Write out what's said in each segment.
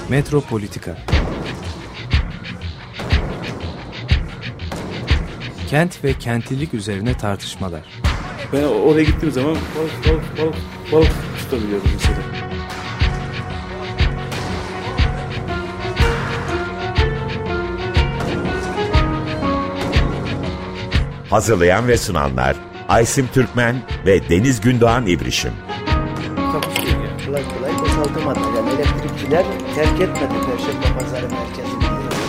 Metropolitika. Kent ve kentlilik üzerine tartışmalar. Ben oraya gittiğim zaman balık tutabiliyorum mesela. Hazırlayan ve sunanlar Aysim Türkmen ve Deniz Gündoğan İbrişim. Takusuyor ya. Kolay kolay boşaltamadı. Yani elektrikçiler terk etmedi Perşembe Pazarı merkezini.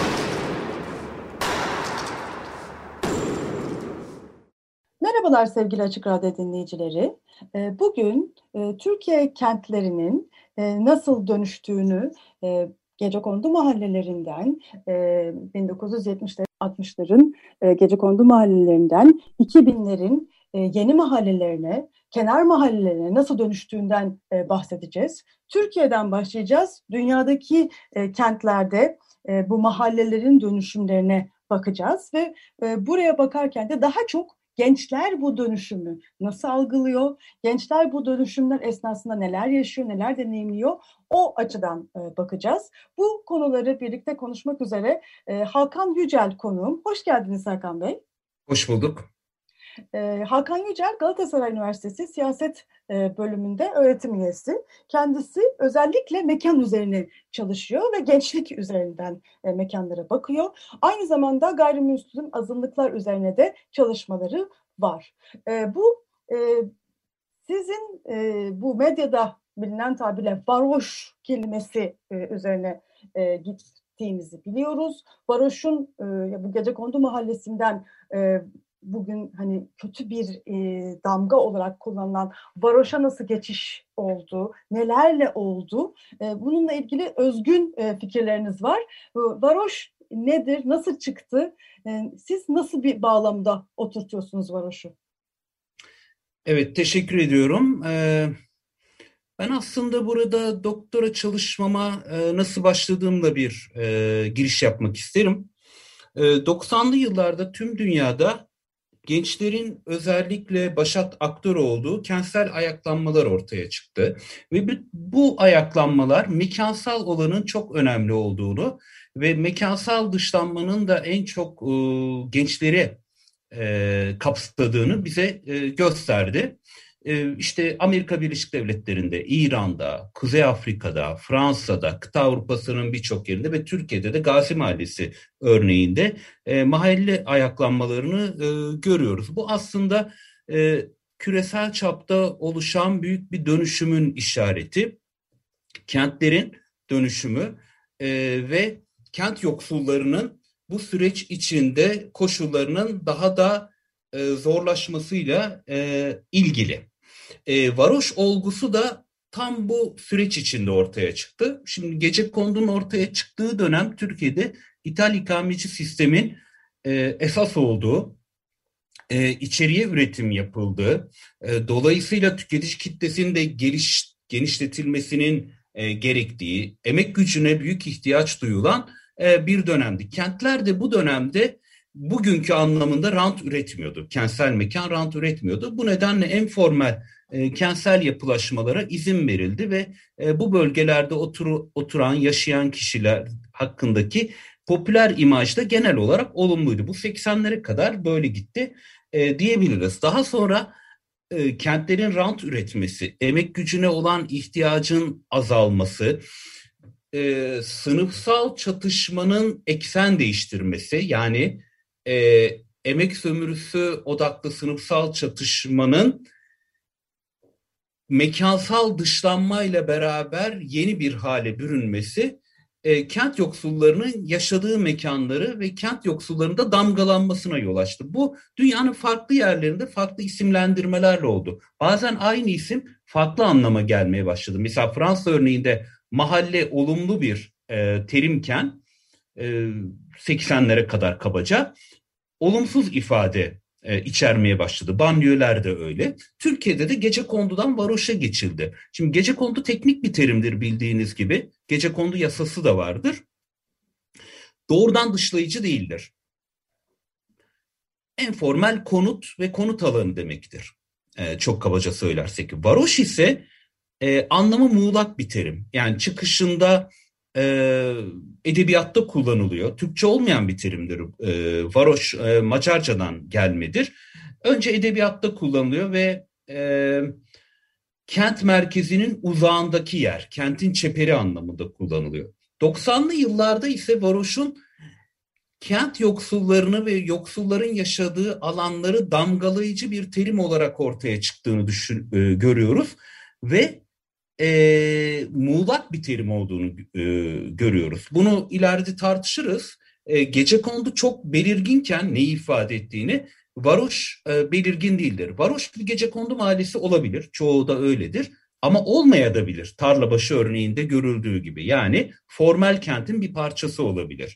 Merhabalar sevgili Açık Radyo dinleyicileri. Bugün Türkiye kentlerinin nasıl dönüştüğünü gecekondu mahallelerinden 1970'lerin 60'ların gecekondu mahallelerinden 2000'lerin yeni mahallelerine, kenar mahallelerine nasıl dönüştüğünden bahsedeceğiz. Türkiye'den başlayacağız. Dünyadaki kentlerde bu mahallelerin dönüşümlerine bakacağız ve buraya bakarken de daha çok gençler bu dönüşümü nasıl algılıyor? Gençler bu dönüşümler esnasında neler yaşıyor, neler deneyimliyor? O açıdan bakacağız. Bu konuları birlikte konuşmak üzere Hakan Yücel konuğum. Hoş geldiniz Hakan Bey. Hoş bulduk. Hakan Yücel, Galatasaray Üniversitesi Siyaset bölümünde öğretim üyesi. Kendisi özellikle mekan üzerine çalışıyor ve gençlik üzerinden mekanlara bakıyor. Aynı zamanda gayrimüslim azınlıklar üzerine de çalışmaları var. Sizin bu medyada bilinen tabirle varoş kelimesi üzerine gittiğinizi biliyoruz. Varoş'un bu Gecekondu Mahallesi'nden bugün hani kötü bir damga olarak kullanılan varoşa nasıl geçiş oldu, nelerle oldu? Bununla ilgili özgün fikirleriniz var. Varoş nedir, nasıl çıktı? Siz nasıl bir bağlamda oturtuyorsunuz varoşu? Evet, teşekkür ediyorum. Ben aslında burada doktora çalışmama nasıl başladığımla bir giriş yapmak isterim. 90'lı yıllarda tüm dünyada gençlerin özellikle başat aktör olduğu kentsel ayaklanmalar ortaya çıktı. Ve bu ayaklanmalar mekansal olanın çok önemli olduğunu ve mekansal dışlanmanın da en çok gençleri kapsadığını bize gösterdi. İşte Amerika Birleşik Devletleri'nde, İran'da, Kuzey Afrika'da, Fransa'da, kıta Avrupa'sının birçok yerinde ve Türkiye'de de Gazi Mahallesi örneğinde mahalle ayaklanmalarını görüyoruz. Bu aslında küresel çapta oluşan büyük bir dönüşümün işareti. Kentlerin dönüşümü ve kent yoksullarının bu süreç içinde koşullarının daha da zorlaşmasıyla ilgili. Varoş olgusu da tam bu süreç içinde ortaya çıktı. Şimdi Gecekondu'nun ortaya çıktığı dönem Türkiye'de ithal ikameci sistemin esas olduğu, içeriye üretim yapıldığı, dolayısıyla tüketici kitlesinin de genişletilmesinin gerektiği, emek gücüne büyük ihtiyaç duyulan bir dönemdi. Kentler de bu dönemde bugünkü anlamında rant üretmiyordu. Kentsel mekan rant üretmiyordu. Bu nedenle en formel kentsel yapılaşmalara izin verildi ve bu bölgelerde oturan, yaşayan kişiler hakkındaki popüler imaj da genel olarak olumluydu. Bu 80'lere kadar böyle gitti diyebiliriz. Daha sonra kentlerin rant üretmesi, emek gücüne olan ihtiyacın azalması, sınıfsal çatışmanın eksen değiştirmesi, yani emek sömürüsü odaklı sınıfsal çatışmanın mekansal dışlanmayla beraber yeni bir hale bürünmesi, kent yoksullarının yaşadığı mekanları ve kent yoksullarının da damgalanmasına yol açtı. Bu dünyanın farklı yerlerinde farklı isimlendirmelerle oldu. Bazen aynı isim farklı anlama gelmeye başladı. Mesela Fransa örneğinde mahalle olumlu bir terimken 80'lere kadar kabaca olumsuz ifade içermeye başladı. Banliyöler de öyle. Türkiye'de de gecekondudan varoşa geçildi. Şimdi gecekondu teknik bir terimdir bildiğiniz gibi. Gecekondu yasası da vardır. Doğrudan dışlayıcı değildir. En formel konut ve konut alanı demektir. Çok kabaca söylersek. Varoş ise anlamı muğlak bir terim. Yani çıkışında edebiyatta kullanılıyor. Türkçe olmayan bir terimdir. Varoş Macarcadan gelmedir. Önce edebiyatta kullanılıyor ve kent merkezinin uzağındaki yer, kentin çeperi anlamında kullanılıyor. 90'lı yıllarda ise varoşun kent yoksullarını ve yoksulların yaşadığı alanları damgalayıcı bir terim olarak ortaya çıktığını görüyoruz ve muğlak bir terim olduğunu görüyoruz. Bunu ileride tartışırız. Gecekondu çok belirginken neyi ifade ettiğini, varoş belirgin değildir. Varoş bir gecekondu mahallesi olabilir, çoğu da öyledir. Ama olmayabilir. Tarlabaşı örneğinde görüldüğü gibi. Yani formel kentin bir parçası olabilir.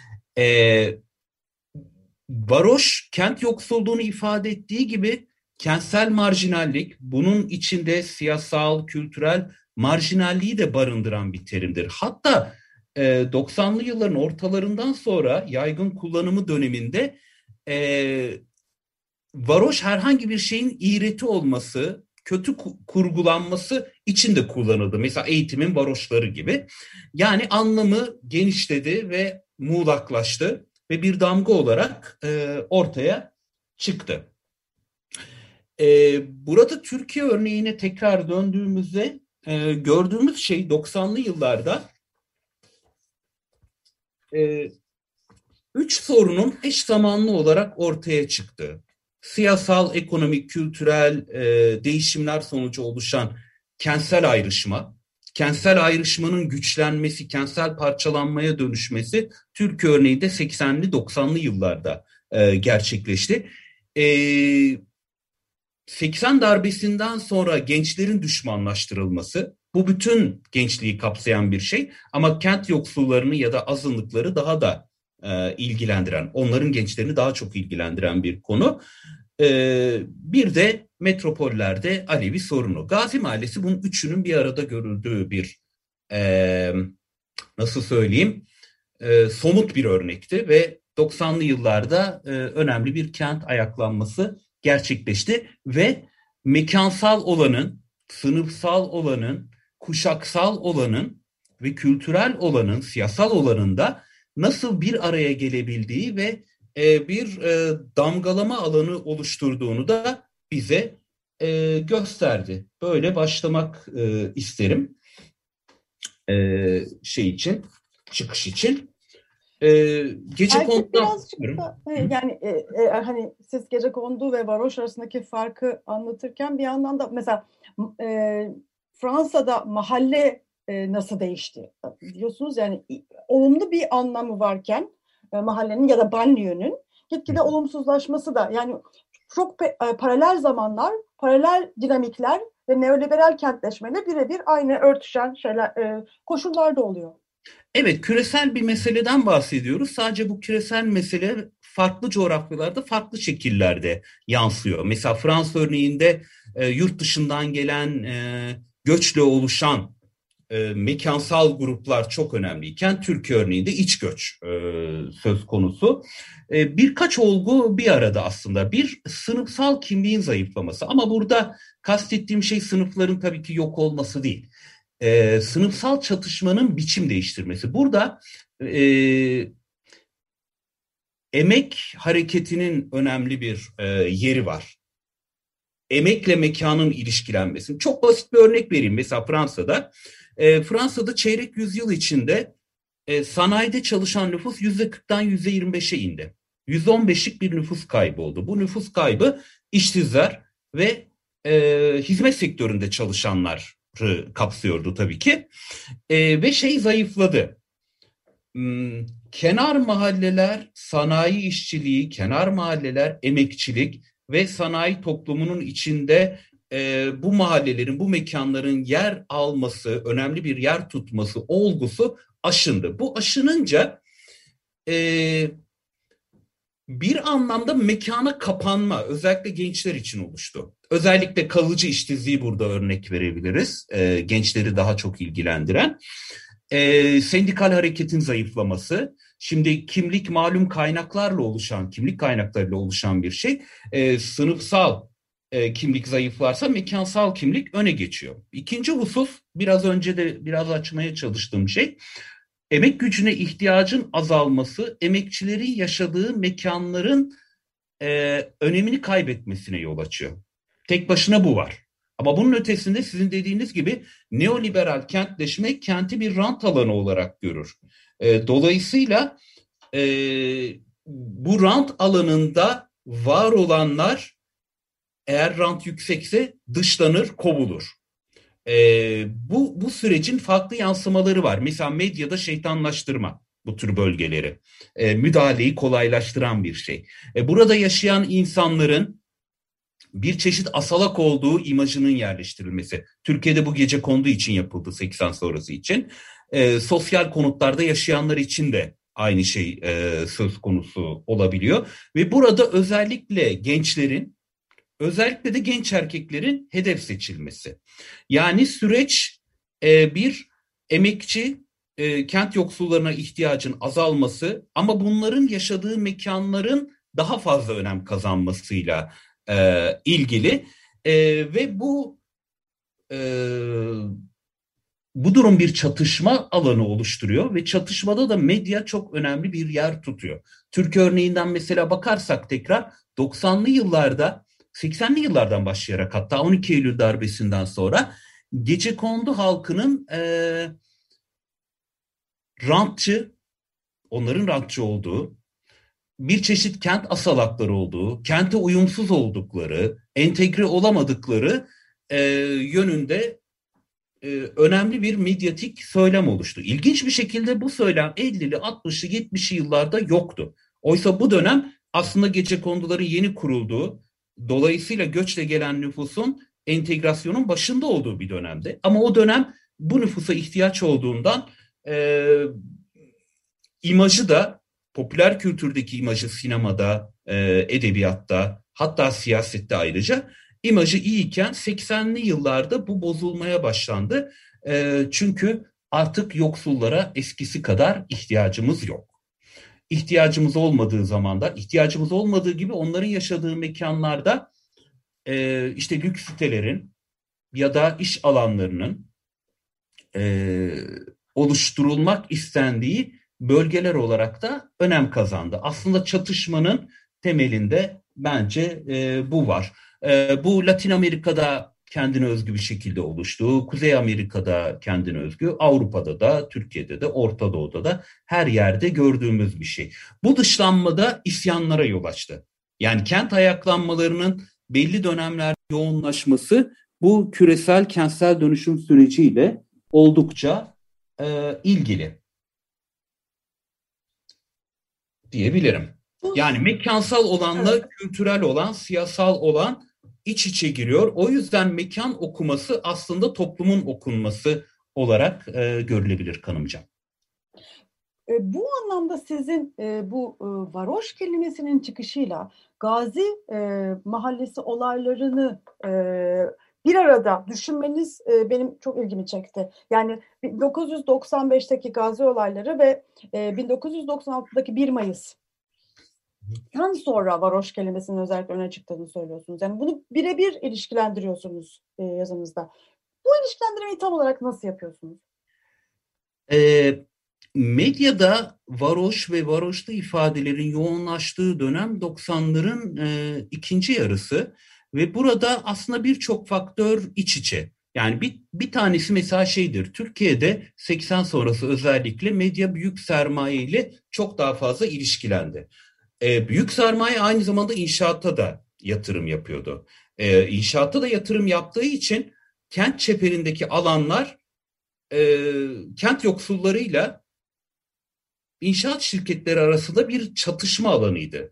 Varoş kent yoksulluğunu ifade ettiği gibi kentsel marjinallik, bunun içinde siyasal, kültürel marjinalliği de barındıran bir terimdir. Hatta 90'lı yılların ortalarından sonra yaygın kullanımı döneminde varoş herhangi bir şeyin iğreti olması, kötü kurgulanması için de kullanıldı. Mesela eğitimin varoşları gibi. Yani anlamı genişledi ve muğlaklaştı ve bir damga olarak ortaya çıktı. Burada Türkiye örneğine tekrar döndüğümüzde gördüğümüz şey 90'lı yıllarda 3 sorunun eş zamanlı olarak ortaya çıktı. Siyasal, ekonomik, kültürel değişimler sonucu oluşan kentsel ayrışma, kentsel ayrışmanın güçlenmesi, kentsel parçalanmaya dönüşmesi Türkiye örneğinde 80'li 90'lı yıllarda gerçekleşti. 80 darbesinden sonra gençlerin düşmanlaştırılması, bu bütün gençliği kapsayan bir şey ama kent yoksullarını ya da azınlıkları daha da ilgilendiren, onların gençlerini daha çok ilgilendiren bir konu. Bir de metropollerde Alevi sorunu. Gazi Mahallesi bunun üçünün bir arada görüldüğü bir nasıl söyleyeyim somut bir örnekti ve 90'lı yıllarda önemli bir kent ayaklanması gerçekleşti ve mekansal olanın, sınıfsal olanın, kuşaksal olanın ve kültürel olanın, siyasal olanın da nasıl bir araya gelebildiği ve bir damgalama alanı oluşturduğunu da bize gösterdi. Böyle başlamak isterim çıkış için. Gecekondu birazcık da yani hani siz gecekondu ve varoş arasındaki farkı anlatırken bir yandan da mesela Fransa'da mahalle nasıl değişti diyorsunuz, yani olumlu bir anlamı varken mahallenin ya da banliyönün gitgide olumsuzlaşması da, yani çok paralel zamanlar, paralel dinamikler ve neoliberal kentleşmeyle birebir aynı örtüşen şeyler, koşullar da oluyor. Evet, küresel bir meseleden bahsediyoruz. Sadece bu küresel mesele farklı coğrafyalarda, farklı şekillerde yansıyor. Mesela Fransa örneğinde yurt dışından gelen, göçle oluşan mekansal gruplar çok önemliyken, Türkiye örneğinde iç göç söz konusu. Birkaç olgu bir arada aslında. Bir, sınıfsal kimliğin zayıflaması. Ama burada kastettiğim şey sınıfların tabii ki yok olması değil. Sınıfsal çatışmanın biçim değiştirmesi. Burada emek hareketinin önemli bir yeri var. Emekle mekanın ilişkilenmesi. Çok basit bir örnek vereyim. Mesela Fransa'da çeyrek yüzyıl içinde sanayide çalışan nüfus %40'dan %25'e indi. %15'lik bir nüfus kaybı oldu. Bu nüfus kaybı işsizler ve hizmet sektöründe çalışanlar kapsıyordu tabii ki. Ve zayıfladı. Kenar mahalleler sanayi işçiliği, kenar mahalleler emekçilik ve sanayi toplumunun içinde bu mahallelerin, bu mekanların yer alması, önemli bir yer tutması olgusu aşındı. Bu aşınınca bir anlamda mekana kapanma, özellikle gençler için oluştu. Özellikle kalıcı işsizliği burada örnek verebiliriz. Gençleri daha çok ilgilendiren. Sendikal hareketin zayıflaması. Şimdi kimlik malum kaynaklarla oluşan, kimlik kaynaklarıyla oluşan bir şey. Sınıfsal kimlik zayıflarsa mekansal kimlik öne geçiyor. İkinci husus, biraz önce de biraz açmaya çalıştığım şey, emek gücüne ihtiyacın azalması, emekçilerin yaşadığı mekanların önemini kaybetmesine yol açıyor. Tek başına bu var. Ama bunun ötesinde sizin dediğiniz gibi neoliberal kentleşme kenti bir rant alanı olarak görür. Dolayısıyla bu rant alanında var olanlar eğer rant yüksekse dışlanır, kovulur. Bu sürecin farklı yansımaları var. Mesela medyada şeytanlaştırma bu tür bölgeleri. Müdahaleyi kolaylaştıran bir şey. Burada yaşayan insanların bir çeşit asalak olduğu imajının yerleştirilmesi. Türkiye'de bu gecekondu için yapıldı 80 sonrası için. Sosyal konutlarda yaşayanlar için de aynı şey söz konusu olabiliyor. Ve burada özellikle gençlerin, özellikle de genç erkeklerin hedef seçilmesi. Yani süreç bir emekçi, kent yoksullarına ihtiyacın azalması ama bunların yaşadığı mekanların daha fazla önem kazanmasıyla ilgili ve bu durum bir çatışma alanı oluşturuyor ve çatışmada da medya çok önemli bir yer tutuyor. Türkiye örneğinden mesela bakarsak tekrar 90'lı yıllarda 80'li yıllardan başlayarak hatta 12 Eylül darbesinden sonra gecekondu halkının onların rantçı olduğu, bir çeşit kent asalakları olduğu, kente uyumsuz oldukları, entegre olamadıkları yönünde önemli bir medyatik söylem oluştu. İlginç bir şekilde bu söylem 50'li, 60'lı, 70'li yıllarda yoktu. Oysa bu dönem aslında gecekonduların yeni kurulduğu, dolayısıyla göçle gelen nüfusun entegrasyonun başında olduğu bir dönemde. Ama o dönem bu nüfusa ihtiyaç olduğundan imajı da, popüler kültürdeki imajı sinemada, edebiyatta, hatta siyasette ayrıca imajı iyiyken 80'li yıllarda bu bozulmaya başlandı. Çünkü artık yoksullara eskisi kadar ihtiyacımız yok. İhtiyacımız olmadığı zamanda, ihtiyacımız olmadığı gibi onların yaşadığı mekanlarda işte lüks sitelerin ya da iş alanlarının oluşturulmak istendiği bölgeler olarak da önem kazandı. Aslında çatışmanın temelinde bence bu var. Bu Latin Amerika'da kendine özgü bir şekilde oluştu. Kuzey Amerika'da kendine özgü, Avrupa'da da, Türkiye'de de, Orta Doğu'da da her yerde gördüğümüz bir şey. Bu dışlanmada isyanlara yol açtı. Yani kent ayaklanmalarının belli dönemlerde yoğunlaşması bu küresel kentsel dönüşüm süreciyle oldukça ilgili diyebilirim. Yani mekansal olanla kültürel olan, siyasal olan iç içe giriyor. O yüzden mekan okuması aslında toplumun okunması olarak görülebilir kanımca. Bu anlamda sizin bu varoş kelimesinin çıkışıyla Gazi Mahallesi olaylarını bir arada düşünmeniz benim çok ilgimi çekti. Yani 1995'teki Gazi olayları ve 1996'daki 1 Mayıs'tan sonra varoş kelimesinin özellikle öne çıktığını söylüyorsunuz. Yani bunu birebir ilişkilendiriyorsunuz yazınızda. Bu ilişkilendirmeyi tam olarak nasıl yapıyorsunuz? Medyada varoş ve varoşlu ifadelerin yoğunlaştığı dönem 90'ların ikinci yarısı ve burada aslında birçok faktör iç içe. Yani bir tanesi mesela şeydir, Türkiye'de 80 sonrası özellikle medya büyük sermaye ile çok daha fazla ilişkilendi. Büyük sermaye aynı zamanda inşaatta da yatırım yapıyordu. İnşaatta da yatırım yaptığı için kent çeperindeki alanlar kent yoksullarıyla inşaat şirketleri arasında bir çatışma alanıydı.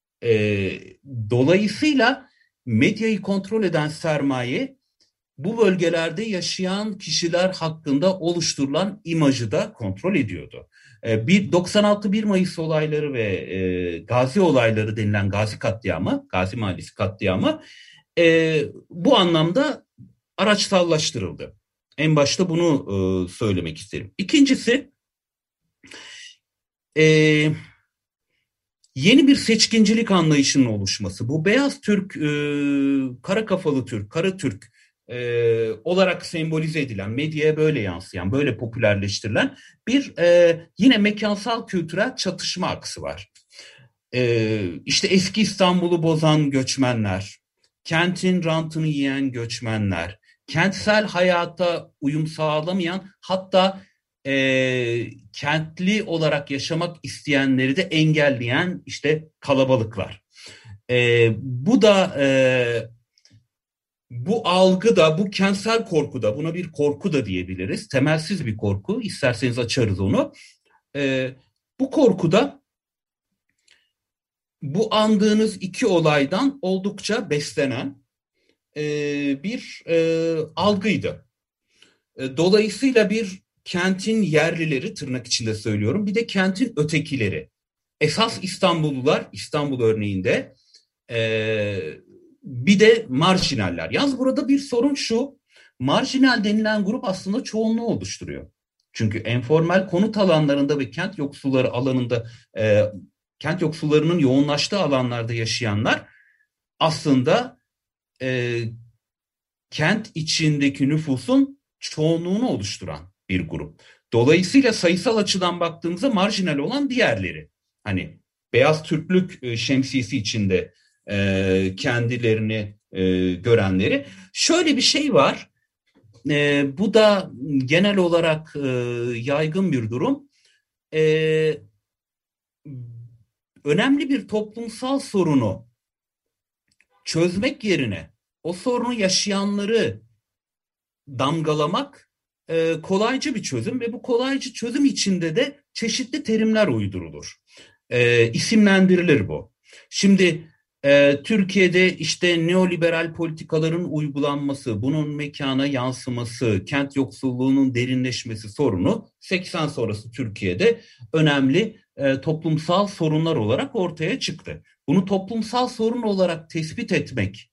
Dolayısıyla medyayı kontrol eden sermaye bu bölgelerde yaşayan kişiler hakkında oluşturulan imajı da kontrol ediyordu. 96 1 Mayıs olayları ve Gazi olayları denilen Gazi katliamı, Gazi Mahallesi katliamı bu anlamda araçsallaştırıldı. En başta bunu söylemek isterim. İkincisi, yeni bir seçkincilik anlayışının oluşması. Bu beyaz Türk, kara kafalı Türk, kara Türk olarak sembolize edilen, medyaya böyle yansıyan, böyle popülerleştirilen bir yine mekansal kültürel çatışma aksı var. İşte eski İstanbul'u bozan göçmenler, kentin rantını yiyen göçmenler, kentsel hayata uyum sağlamayan, hatta kentli olarak yaşamak isteyenleri de engelleyen işte kalabalıklar. Bu da bu algı da, bu kentsel korku da, buna bir korku da diyebiliriz. Temelsiz bir korku. İsterseniz açarız onu. Bu korku da bu andığınız iki olaydan oldukça beslenen bir algıydı. Dolayısıyla bir kentin yerlileri, tırnak içinde söylüyorum, bir de kentin ötekileri. Esas İstanbullular, İstanbul örneğinde, bir de marjinaller. Yalnız burada bir sorun şu, marjinal denilen grup aslında çoğunluğu oluşturuyor. Çünkü enformel konut alanlarında ve kent yoksulları alanında, kent yoksullarının yoğunlaştığı alanlarda yaşayanlar aslında kent içindeki nüfusun çoğunluğunu oluşturan bir grup. Dolayısıyla sayısal açıdan baktığımızda marjinal olan diğerleri. Hani beyaz Türklük şemsiyesi içinde kendilerini görenleri. Şöyle bir şey var. Bu da genel olarak yaygın bir durum. Önemli bir toplumsal sorunu çözmek yerine o sorunu yaşayanları damgalamak kolaycı bir çözüm ve bu kolaycı çözüm içinde de çeşitli terimler uydurulur. İsimlendirilir bu. Şimdi Türkiye'de işte neoliberal politikaların uygulanması, bunun mekana yansıması, kent yoksulluğunun derinleşmesi sorunu 80 sonrası Türkiye'de önemli toplumsal sorunlar olarak ortaya çıktı. Bunu toplumsal sorun olarak tespit etmek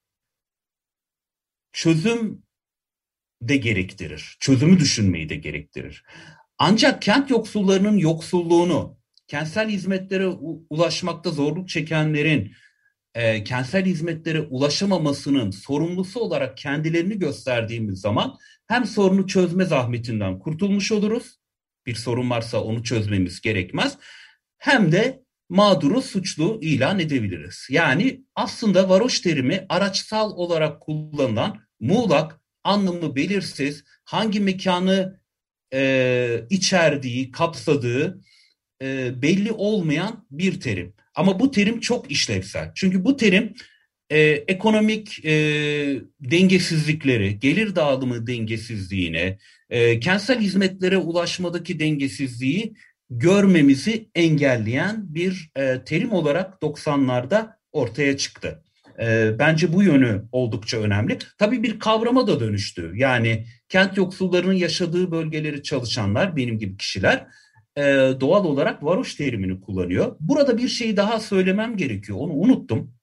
çözüm de gerektirir. Çözümü düşünmeyi de gerektirir. Ancak kent yoksullarının yoksulluğunu, kentsel hizmetlere ulaşmakta zorluk çekenlerin kentsel hizmetlere ulaşamamasının sorumlusu olarak kendilerini gösterdiğimiz zaman hem sorunu çözme zahmetinden kurtulmuş oluruz. Bir sorun varsa onu çözmemiz gerekmez. Hem de mağduru suçlu ilan edebiliriz. Yani aslında varoş terimi araçsal olarak kullanılan, muğlak, anlamı belirsiz, hangi mekanı içerdiği, kapsadığı belli olmayan bir terim. Ama bu terim çok işlevsel. Çünkü bu terim ekonomik dengesizlikleri, gelir dağılımı dengesizliğine, kentsel hizmetlere ulaşmadaki dengesizliği görmemizi engelleyen bir terim olarak 90'larda ortaya çıktı. Bence bu yönü oldukça önemli. Tabii bir kavrama da dönüştü. Yani kent yoksullarının yaşadığı bölgeleri çalışanlar, benim gibi kişiler doğal olarak varoş terimini kullanıyor. Burada bir şey daha söylemem gerekiyor. Onu unuttum.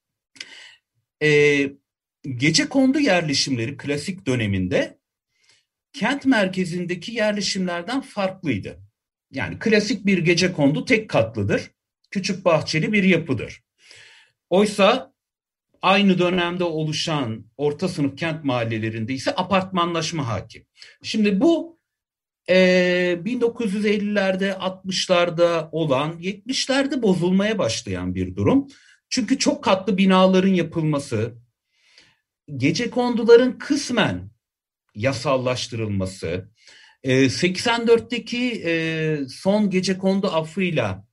Gecekondu yerleşimleri klasik döneminde kent merkezindeki yerleşimlerden farklıydı. Yani klasik bir gecekondu tek katlıdır. Küçük bahçeli bir yapıdır. Oysa aynı dönemde oluşan orta sınıf kent mahallelerinde ise apartmanlaşma hakim. Şimdi bu 1950'lerde, 60'larda olan, 70'lerde bozulmaya başlayan bir durum. Çünkü çok katlı binaların yapılması, gecekonduların kısmen yasallaştırılması, 84'teki son gecekondu affıyla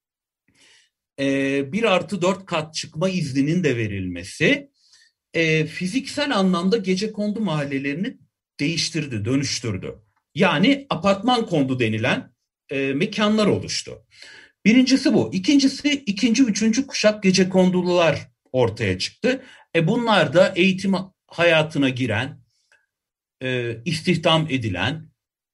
1+4 kat çıkma izninin de verilmesi fiziksel anlamda gecekondu mahallelerini değiştirdi, dönüştürdü. Yani apartman kondu denilen mekanlar oluştu. Birincisi bu. İkincisi, ikinci, üçüncü kuşak gecekondulular ortaya çıktı. Bunlar da eğitim hayatına giren, istihdam edilen,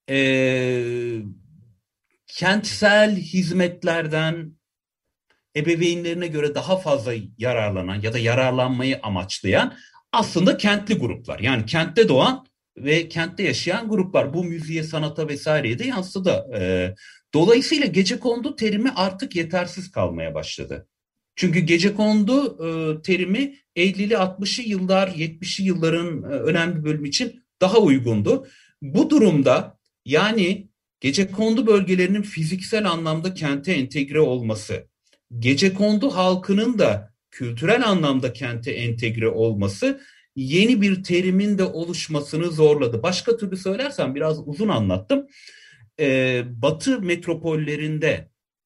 kentsel hizmetlerden ebeveynlerine göre daha fazla yararlanan ya da yararlanmayı amaçlayan aslında kentli gruplar. Yani kentte doğan ve kentte yaşayan gruplar. Bu müziğe, sanata vesaireye de yansıdı. Dolayısıyla gecekondu terimi artık yetersiz kalmaya başladı. Çünkü gecekondu terimi 50'li 60'lı yıllar 70'li yılların önemli bir bölümü için daha uygundu. Bu durumda yani gecekondu bölgelerinin fiziksel anlamda kente entegre olması, gecekondu halkının da kültürel anlamda kente entegre olması yeni bir terimin de oluşmasını zorladı. Başka türlü söylersem biraz uzun anlattım. Batı metropollerinde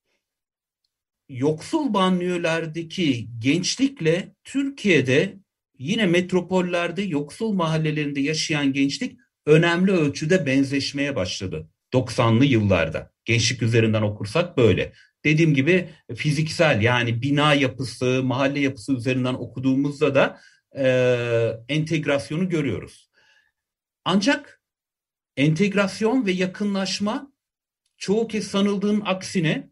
yoksul banliyölerdeki gençlikle Türkiye'de yine metropollerde yoksul mahallelerinde yaşayan gençlik önemli ölçüde benzeşmeye başladı 90'lı yıllarda. Gençlik üzerinden okursak böyle. Dediğim gibi fiziksel yani bina yapısı, mahalle yapısı üzerinden okuduğumuzda da entegrasyonu görüyoruz. Ancak entegrasyon ve yakınlaşma çoğu kez sanıldığın aksine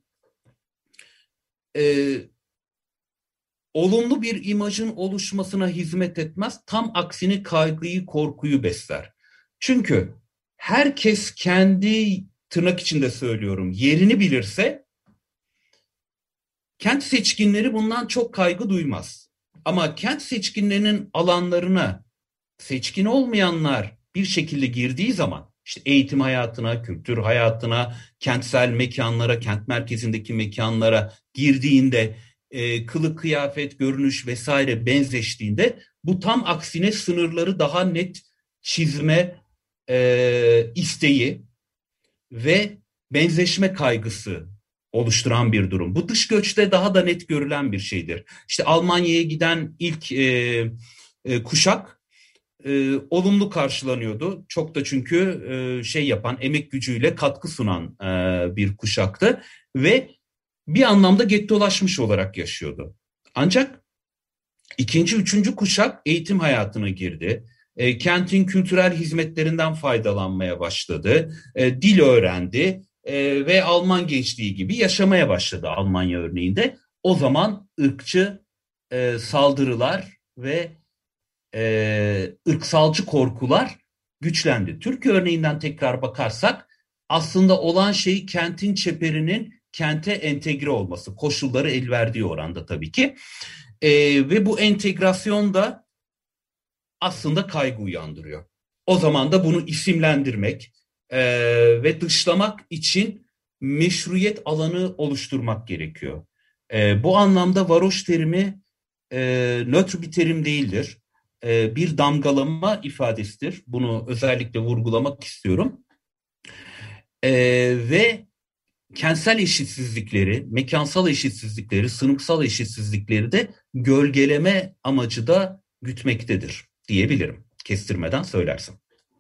olumlu bir imajın oluşmasına hizmet etmez. Tam aksine kaygıyı, korkuyu besler. Çünkü herkes kendi tırnak içinde söylüyorum yerini bilirse kent seçkinleri bundan çok kaygı duymaz. Ama kent seçkinlerinin alanlarına seçkin olmayanlar bir şekilde girdiği zaman işte eğitim hayatına, kültür hayatına, kentsel mekanlara, kent merkezindeki mekanlara girdiğinde kılık, kıyafet, görünüş vesaire benzeştiğinde bu tam aksine sınırları daha net çizme isteği ve benzeşme kaygısı oluşturan bir durum. Bu dış göçte daha da net görülen bir şeydir. İşte Almanya'ya giden ilk kuşak olumlu karşılanıyordu. Çok da çünkü emek gücüyle katkı sunan bir kuşaktı ve bir anlamda gettolaşmış olarak yaşıyordu. Ancak ikinci, üçüncü kuşak eğitim hayatına girdi. Kentin kültürel hizmetlerinden faydalanmaya başladı. Dil öğrendi ve Alman gençliği gibi yaşamaya başladı Almanya örneğinde. O zaman ırkçı saldırılar ve ırksalcı korkular güçlendi. Türkiye örneğinden tekrar bakarsak aslında olan şey kentin çeperinin kente entegre olması. Koşulları el verdiği oranda tabii ki. Ve bu entegrasyon da aslında kaygı uyandırıyor. O zaman da bunu isimlendirmek ve dışlamak için meşruiyet alanı oluşturmak gerekiyor. Bu anlamda varoş terimi nötr bir terim değildir. Bir damgalama ifadesidir. Bunu özellikle vurgulamak istiyorum. Ve kentsel eşitsizlikleri, mekansal eşitsizlikleri, sınıfsal eşitsizlikleri de gölgeleme amacı da gütmektedir diyebilirim. Kestirmeden söylersem.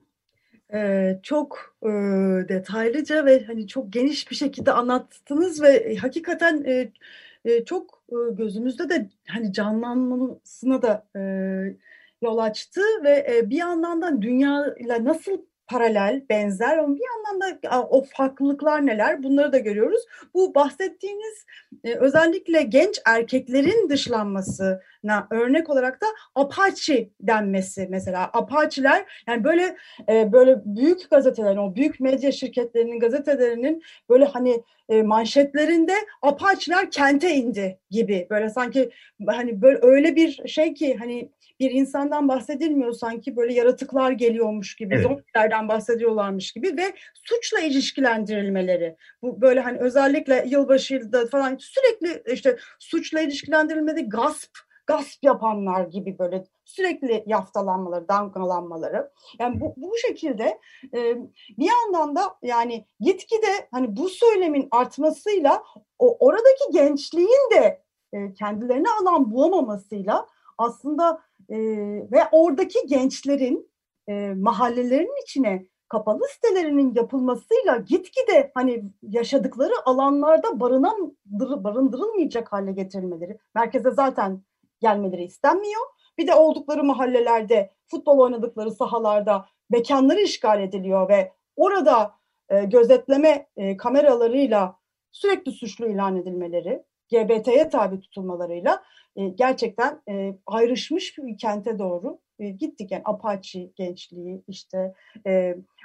Çok detaylıca ve hani çok geniş bir şekilde anlattınız ve hakikaten çok gözümüzde de hani canlanmasına da yol açtı ve bir yandan da dünyayla nasıl paralel, benzer ama bir yandan da o farklılıklar neler bunları da görüyoruz. Bu bahsettiğiniz özellikle genç erkeklerin dışlanmasına örnek olarak da Apache denmesi mesela. Apache'ler yani böyle büyük gazetelerin, o büyük medya şirketlerinin gazetelerinin böyle hani manşetlerinde Apache'ler kente indi gibi böyle sanki hani böyle öyle bir şey ki hani bir insandan bahsedilmiyor sanki böyle yaratıklar geliyormuş gibi, evet. Zombilerden bahsediyorlarmış gibi ve suçla ilişkilendirilmeleri. Bu böyle hani özellikle yılbaşında falan sürekli işte suçla ilişkilendirilmede gasp yapanlar gibi böyle sürekli yaftalanmaları, damgalanmaları. Yani bu şekilde bir yandan da yani gitgide hani bu söylemin artmasıyla oradaki gençliğin de kendilerine alan bulamamasıyla aslında ve oradaki gençlerin mahallelerin içine kapalı sitelerinin yapılmasıyla gitgide hani yaşadıkları alanlarda barındırılmayacak hale getirilmeleri, merkeze zaten gelmeleri istenmiyor. Bir de oldukları mahallelerde, futbol oynadıkları sahalarda mekanları işgal ediliyor ve orada gözetleme kameralarıyla sürekli suçlu ilan edilmeleri, GBT'ye tabi tutulmalarıyla gerçekten ayrışmış bir kente doğru gittik. Yani Apache gençliği, işte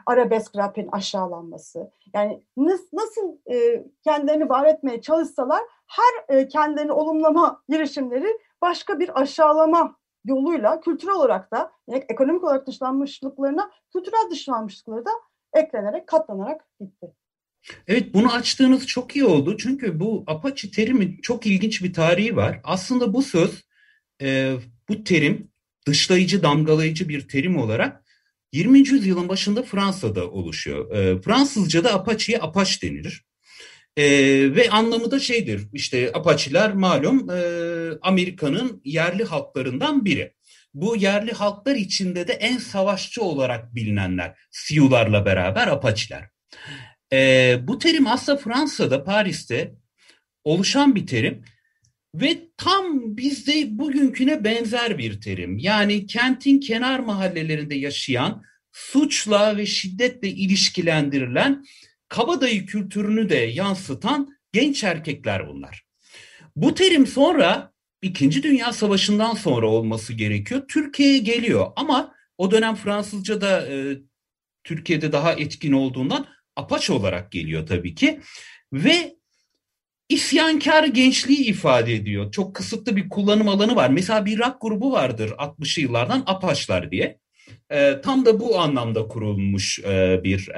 arabesk rap'in aşağılanması. Yani nasıl kendilerini var etmeye çalışsalar her kendilerini olumlama girişimleri başka bir aşağılama yoluyla kültürel olarak da yani ekonomik olarak dışlanmışlıklarına kültürel dışlanmışlıkları da eklenerek katlanarak gitti. Evet, bunu açtığınız çok iyi oldu. Çünkü bu Apache terimi çok ilginç bir tarihi var. Aslında bu söz, bu terim dışlayıcı, damgalayıcı bir terim olarak 20. yüzyılın başında Fransa'da oluşuyor. Fransızca'da Apache'ye Apache denilir. Ve anlamı da şeydir, işte Apache'ler malum Amerika'nın yerli halklarından biri. Bu yerli halklar içinde de en savaşçı olarak bilinenler, Sioux'larla beraber Apache'ler. Bu terim aslında Fransa'da, Paris'te oluşan bir terim ve tam bizde bugünküne benzer bir terim. Yani kentin kenar mahallelerinde yaşayan, suçla ve şiddetle ilişkilendirilen, kabadayı kültürünü de yansıtan genç erkekler bunlar. Bu terim sonra İkinci Dünya Savaşı'ndan sonra olması gerekiyor. Türkiye'ye geliyor ama o dönem Fransızca'da Türkiye'de daha etkin olduğundan Apache olarak geliyor tabii ki ve isyankar gençliği ifade ediyor. Çok kısıtlı bir kullanım alanı var. Mesela bir rock grubu vardır 60'lı yıllardan, Apache'lar diye. Tam da bu anlamda kurulmuş bir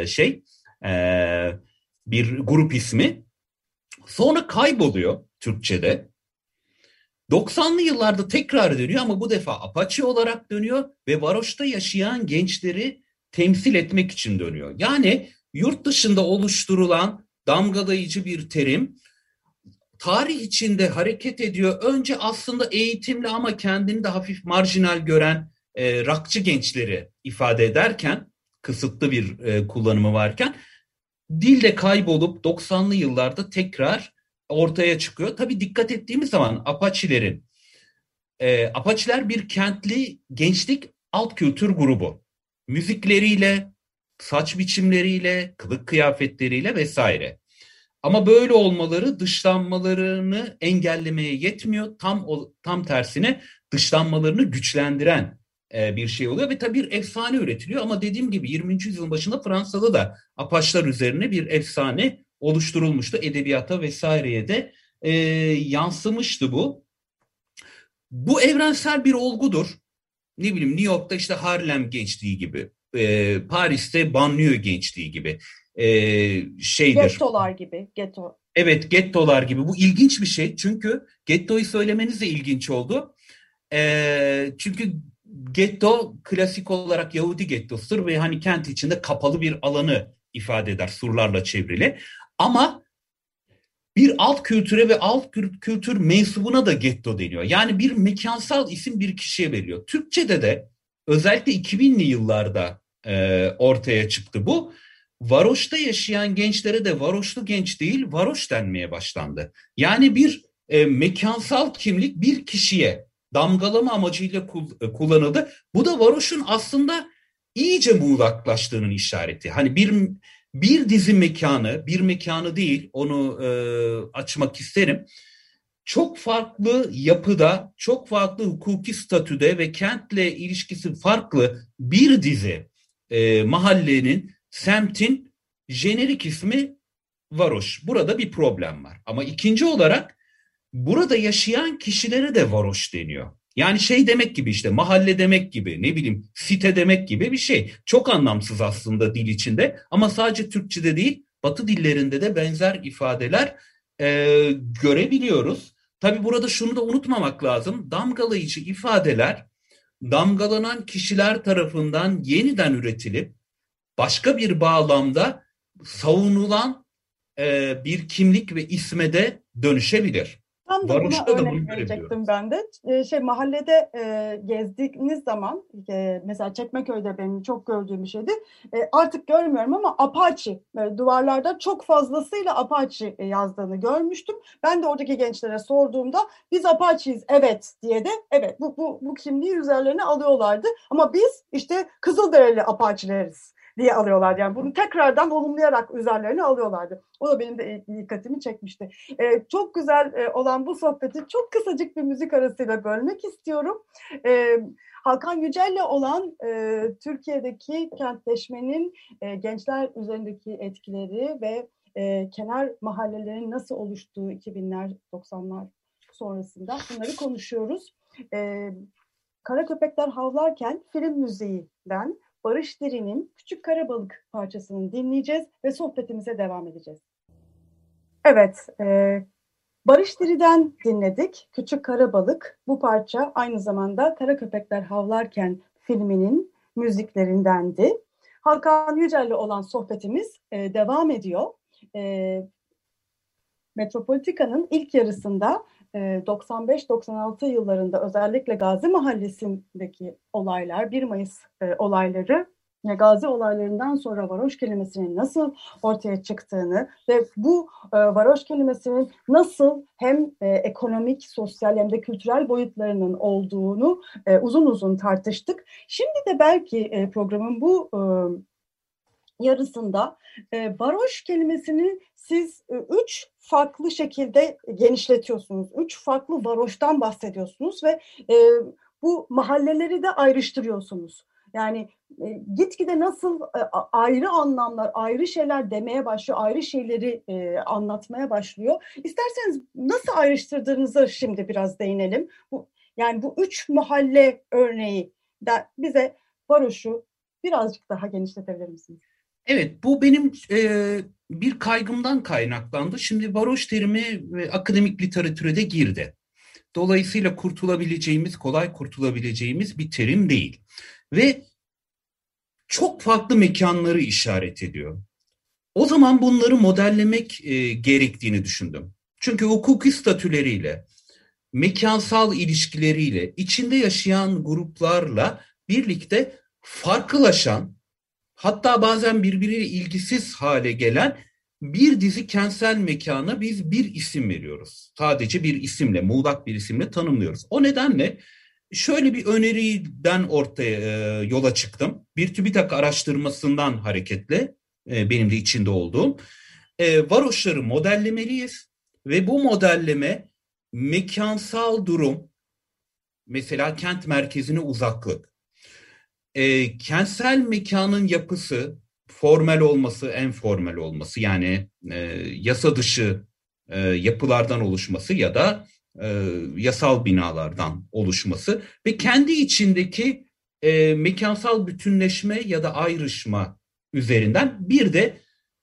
bir grup ismi. Sonra kayboluyor Türkçe'de. 90'lı yıllarda tekrar dönüyor ama bu defa Apache olarak dönüyor ve varoşta yaşayan gençleri temsil etmek için dönüyor. Yani yurt dışında oluşturulan damgalayıcı bir terim tarih içinde hareket ediyor. Önce aslında eğitimli ama kendini de hafif marjinal gören rockçı gençleri ifade ederken, kısıtlı bir kullanımı varken dilde kaybolup 90'lı yıllarda tekrar ortaya çıkıyor. Tabii dikkat ettiğimiz zaman Apache'ler bir kentli gençlik alt kültür grubu. Müzikleriyle, saç biçimleriyle, kılık kıyafetleriyle vesaire. Ama böyle olmaları dışlanmalarını engellemeye yetmiyor. Tam tersine dışlanmalarını güçlendiren bir şey oluyor ve tabii bir efsane üretiliyor. Ama dediğim gibi 20. yüzyılın başında Fransa'da da Apache'lar üzerine bir efsane oluşturulmuştu. Edebiyata vesaireye de yansımıştı bu. Bu evrensel bir olgudur. Ne bileyim, New York'ta işte Harlem gençliği gibi, Paris'te banliyö gençliği gibi şeydir. Gettolar gibi, getto. Evet, gettolar gibi. Bu ilginç bir şey çünkü gettoyu söylemeniz de ilginç oldu. Çünkü getto klasik olarak Yahudi gettosudur ve hani kent içinde kapalı bir alanı ifade eder, surlarla çevrili. Ama bir alt kültüre ve alt kültür mensubuna da getto deniyor. Yani bir mekansal isim bir kişiye veriliyor. Türkçe'de de özellikle 2000'li yıllarda ortaya çıktı bu. Varoş'ta yaşayan gençlere de varoşlu genç değil, varoş denmeye başlandı. Yani bir mekansal kimlik bir kişiye damgalama amacıyla kullanıldı. Bu da varoşun aslında iyice muğlaklaştığının işareti. Hani bir dizi mekanı, bir mekanı değil, onu açmak isterim. Çok farklı yapıda, çok farklı hukuki statüde ve kentle ilişkisi farklı bir dizi mahallenin, semtin jenerik ismi varoş. Burada bir problem var. Ama ikinci olarak burada yaşayan kişilere de varoş deniyor. Yani şey demek gibi, işte mahalle demek gibi, ne bileyim site demek gibi bir şey. Çok anlamsız aslında dil içinde ama sadece Türkçe'de değil, Batı dillerinde de benzer ifadeler görebiliyoruz. Tabii burada şunu da unutmamak lazım. Damgalayıcı ifadeler damgalanan kişiler tarafından yeniden üretilip başka bir bağlamda savunulan bir kimlik ve isme de dönüşebilir. Tam da buna örnek verecektim ben de. Mahallede gezdiğiniz zaman mesela Çekmeköy'de benim çok gördüğüm bir şeydi. Artık görmüyorum ama Apache duvarlarda çok fazlasıyla Apache yazdığını görmüştüm. Ben de oradaki gençlere sorduğumda biz Apache'yiz evet diye de bu kimliği üzerlerine alıyorlardı. Ama biz işte Kızılderili Apache'leriz diye alıyorlar. Yani bunu tekrardan olumlayarak üzerlerine alıyorlardı. O da benim de dikkatimi çekmişti. Çok güzel olan bu sohbeti çok kısacık bir müzik arasıyla bölmek istiyorum. Hakan Yücel'le olan Türkiye'deki kentleşmenin gençler üzerindeki etkileri ve kenar mahallelerin nasıl oluştuğu 2000'ler 90'lar sonrasında bunları konuşuyoruz. Kara Köpekler Havlarken film müziğinden Barış Diri'nin Küçük Karabalık parçasını dinleyeceğiz ve sohbetimize devam edeceğiz. Evet, Barış Diri'den dinledik Küçük Karabalık. Bu parça aynı zamanda Kara Köpekler Havlarken filminin müziklerindendi. Hakan Yücel'le olan sohbetimiz devam ediyor. Metropolitika'nın ilk yarısında 95-96 yıllarında özellikle Gazi Mahallesi'ndeki olaylar, 1 Mayıs olayları ve Gazi olaylarından sonra varoş kelimesinin nasıl ortaya çıktığını ve bu varoş kelimesinin nasıl hem ekonomik, sosyal hem de kültürel boyutlarının olduğunu uzun uzun tartıştık. Şimdi de belki programın bu yarısında varoş kelimesini siz 3 farklı şekilde genişletiyorsunuz. 3 farklı varoştan bahsediyorsunuz ve bu mahalleleri de ayrıştırıyorsunuz. Yani gitgide nasıl ayrı anlamlar, ayrı şeyler demeye başlıyor, ayrı şeyleri anlatmaya başlıyor. İsterseniz nasıl ayrıştırdığınızı şimdi biraz değinelim. Yani bu 3 mahalle örneği de bize varoşu birazcık daha genişletebilir misiniz? Evet, bu benim bir kaygımdan kaynaklandı. Şimdi varoş terimi akademik literatüre de girdi. Dolayısıyla kolay kurtulabileceğimiz bir terim değil. Ve çok farklı mekanları işaret ediyor. O zaman bunları modellemek gerektiğini düşündüm. Çünkü hukuki statüleriyle, mekansal ilişkileriyle, içinde yaşayan gruplarla birlikte farklılaşan, hatta bazen birbiriyle ilgisiz hale gelen bir dizi kentsel mekana biz bir isim veriyoruz. Sadece bir isimle, muğlak bir isimle tanımlıyoruz. O nedenle şöyle bir öneriden ortaya yola çıktım. Bir TÜBİTAK araştırmasından hareketle, benim de içinde olduğum, varoşları modellemeliyiz ve bu modelleme mekansal durum, mesela kent merkezine uzaklık, kentsel mekanın yapısı, formel olması, informal olması, yani yasa dışı yapılardan oluşması ya da yasal binalardan oluşması ve kendi içindeki mekansal bütünleşme ya da ayrışma üzerinden bir de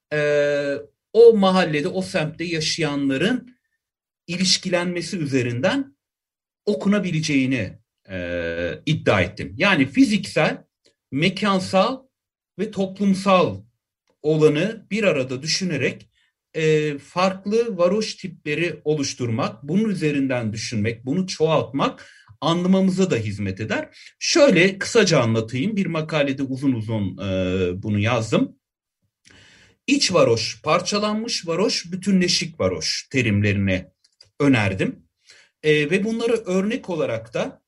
o mahallede, o semtte yaşayanların ilişkilenmesi üzerinden okunabileceğini iddia ettim. Yani fiziksel, mekansal ve toplumsal olanı bir arada düşünerek farklı varoş tipleri oluşturmak, bunun üzerinden düşünmek, bunu çoğaltmak anlamamıza da hizmet eder. Şöyle kısaca anlatayım. Bir makalede uzun uzun bunu yazdım. İç varoş, parçalanmış varoş, bütünleşik varoş terimlerini önerdim. Ve bunları örnek olarak da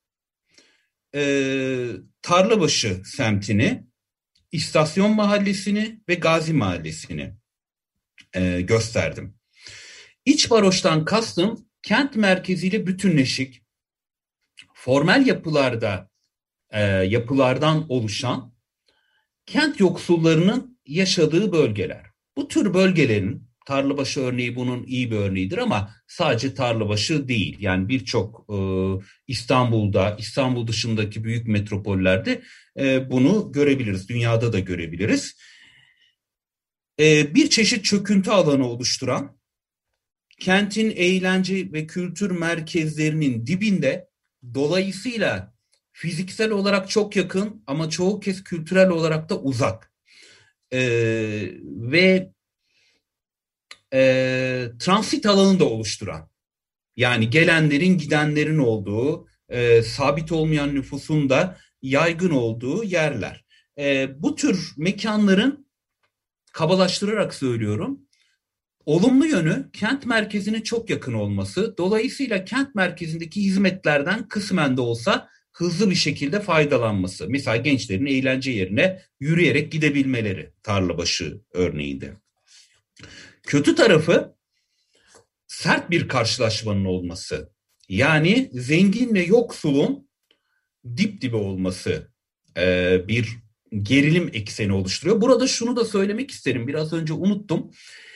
Tarlabaşı semtini, İstasyon Mahallesi'ni ve Gazi Mahallesi'ni gösterdim. İç varoştan kastım kent merkeziyle bütünleşik, formel yapılardan oluşan kent yoksullarının yaşadığı bölgeler. Bu tür bölgelerin, Tarlabaşı örneği bunun iyi bir örneğidir ama sadece Tarlabaşı değil. Yani birçok İstanbul'da, İstanbul dışındaki büyük metropollerde bunu görebiliriz. Dünyada da görebiliriz. Bir çeşit çöküntü alanı oluşturan, kentin eğlence ve kültür merkezlerinin dibinde, dolayısıyla fiziksel olarak çok yakın ama çoğu kez kültürel olarak da uzak ve transit alanını da oluşturan, yani gelenlerin gidenlerin olduğu, sabit olmayan nüfusun da yaygın olduğu yerler. Bu tür mekanların, kabalaştırarak söylüyorum, olumlu yönü kent merkezine çok yakın olması, dolayısıyla kent merkezindeki hizmetlerden kısmen de olsa hızlı bir şekilde faydalanması. Mesela gençlerin eğlence yerine yürüyerek gidebilmeleri, Tarlabaşı örneğinde. Kötü tarafı sert bir karşılaşmanın olması. Yani zenginle yoksulun dip dibe olması bir gerilim ekseni oluşturuyor. Burada şunu da söylemek isterim. Biraz önce unuttum.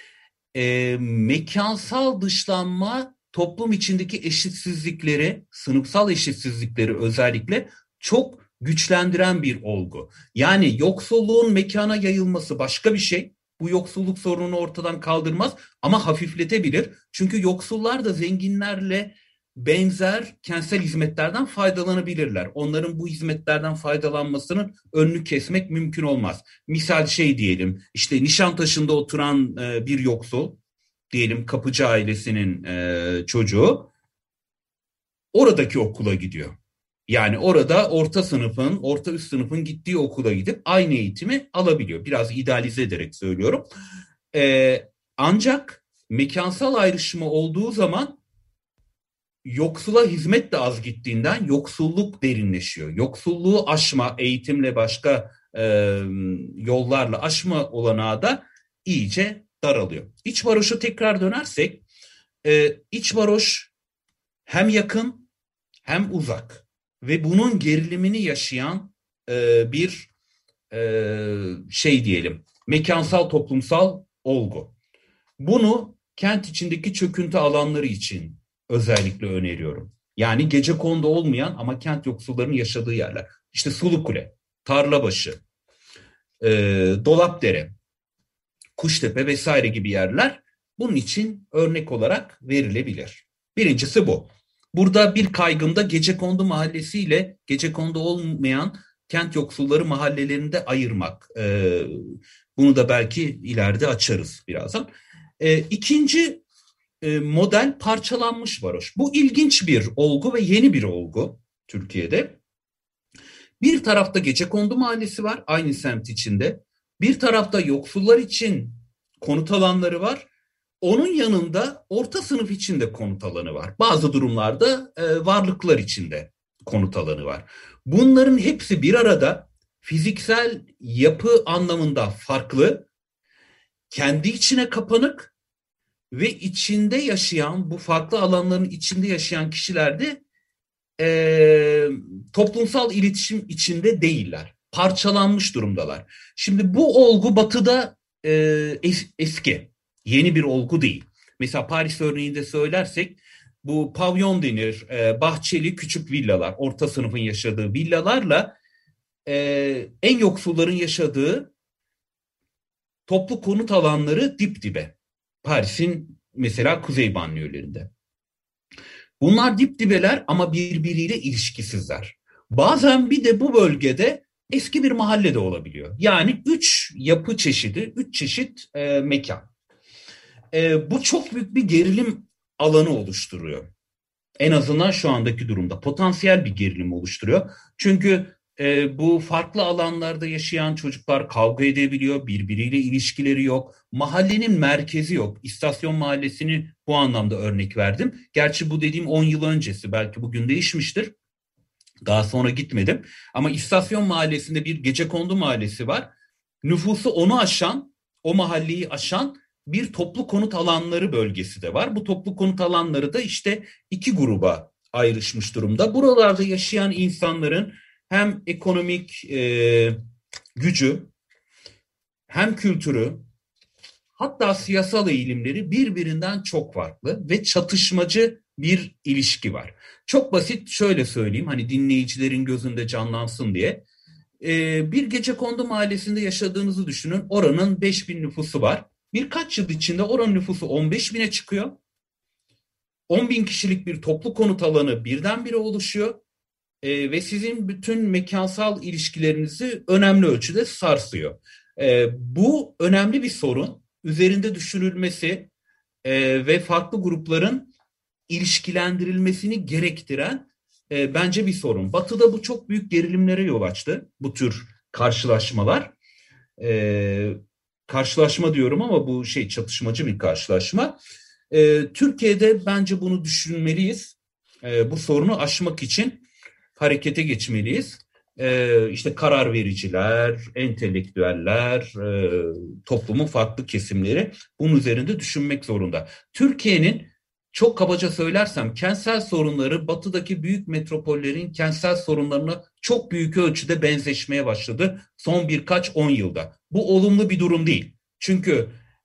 Mekansal dışlanma toplum içindeki eşitsizlikleri, sınıfsal eşitsizlikleri özellikle çok güçlendiren bir olgu. Yani yoksulluğun mekana yayılması başka bir şey. Bu yoksulluk sorununu ortadan kaldırmaz ama hafifletebilir. Çünkü yoksullar da zenginlerle benzer kentsel hizmetlerden faydalanabilirler. Onların bu hizmetlerden faydalanmasının önünü kesmek mümkün olmaz. Misal diyelim, işte Nişantaşı'nda oturan bir yoksul, diyelim Kapıcı ailesinin çocuğu oradaki okula gidiyor. Yani orada orta üst sınıfın gittiği okula gidip aynı eğitimi alabiliyor. Biraz idealize ederek söylüyorum. Ancak mekansal ayrışma olduğu zaman yoksula hizmet de az gittiğinden yoksulluk derinleşiyor. Yoksulluğu aşma, eğitimle başka yollarla aşma olanağı da iyice daralıyor. İç varoşa tekrar dönersek, iç varoş hem yakın hem uzak ve bunun gerilimini yaşayan bir diyelim, mekansal toplumsal olgu. Bunu kent içindeki çöküntü alanları için özellikle öneriyorum. Yani gecekondu olmayan ama kent yoksullarının yaşadığı yerler. İşte Sulukule, Tarlabaşı, Dolapdere, Kuştepe vesaire gibi yerler bunun için örnek olarak verilebilir. Birincisi bu. Burada bir kaygımda Gecekondu Mahallesi ile gecekondu olmayan kent yoksulları mahallelerinde ayırmak. Bunu da belki ileride açarız birazdan. İkinci model parçalanmış varoş. Bu ilginç bir olgu ve yeni bir olgu Türkiye'de. Bir tarafta Gecekondu Mahallesi var aynı semt içinde. Bir tarafta yoksullar için konut alanları var. Onun yanında orta sınıf için de konut alanı var. Bazı durumlarda varlıklar için de konut alanı var. Bunların hepsi bir arada fiziksel yapı anlamında farklı, kendi içine kapanık ve içinde yaşayan, bu farklı alanların içinde yaşayan kişiler de toplumsal iletişim içinde değiller. Parçalanmış durumdalar. Şimdi bu olgu Batı'da eski, yeni bir olgu değil. Mesela Paris örneğinde söylersek bu pavyon denir, bahçeli küçük villalar, orta sınıfın yaşadığı villalarla en yoksulların yaşadığı toplu konut alanları dip dibe. Paris'in mesela kuzey banliyölerinde. Bunlar dip dibeler ama birbiriyle ilişkisizler. Bazen bir de bu bölgede eski bir mahalle de olabiliyor. Yani 3 yapı çeşidi, 3 çeşit mekan. Bu çok büyük bir gerilim alanı oluşturuyor. En azından şu andaki durumda potansiyel bir gerilim oluşturuyor. Çünkü bu farklı alanlarda yaşayan çocuklar kavga edebiliyor, birbiriyle ilişkileri yok. Mahallenin merkezi yok. İstasyon Mahallesi'ni bu anlamda örnek verdim. Gerçi bu dediğim 10 yıl öncesi, belki bugün değişmiştir. Daha sonra gitmedim. Ama İstasyon Mahallesi'nde bir Gecekondu Mahallesi var. Nüfusu onu aşan, o mahalleyi aşan bir toplu konut alanları bölgesi de var. Bu toplu konut alanları da işte 2 gruba ayrışmış durumda. Buralarda yaşayan insanların hem ekonomik gücü, hem kültürü, hatta siyasal eğilimleri birbirinden çok farklı ve çatışmacı bir ilişki var. Çok basit şöyle söyleyeyim, hani dinleyicilerin gözünde canlansın diye. Bir Gecekondu Mahallesi'nde yaşadığınızı düşünün. Oranın 5.000 nüfusu var. Birkaç yıl içinde oranın nüfusu 15.000'e çıkıyor. 10.000 kişilik bir toplu konut alanı birdenbire oluşuyor. Ve sizin bütün mekansal ilişkilerinizi önemli ölçüde sarsıyor. Bu önemli bir sorun. Üzerinde düşünülmesi ve farklı grupların ilişkilendirilmesini gerektiren bence bir sorun. Batı'da bu çok büyük gerilimlere yol açtı, bu tür karşılaşmalar. Karşılaşma diyorum ama bu çatışmacı bir karşılaşma. Türkiye'de bence bunu düşünmeliyiz. Bu sorunu aşmak için harekete geçmeliyiz. İşte karar vericiler, entelektüeller, toplumun farklı kesimleri bunun üzerinde düşünmek zorunda. Türkiye'nin, çok kabaca söylersem, kentsel sorunları batıdaki büyük metropollerin kentsel sorunlarına çok büyük ölçüde benzeşmeye başladı son birkaç 10 yılda. Bu olumlu bir durum değil. Çünkü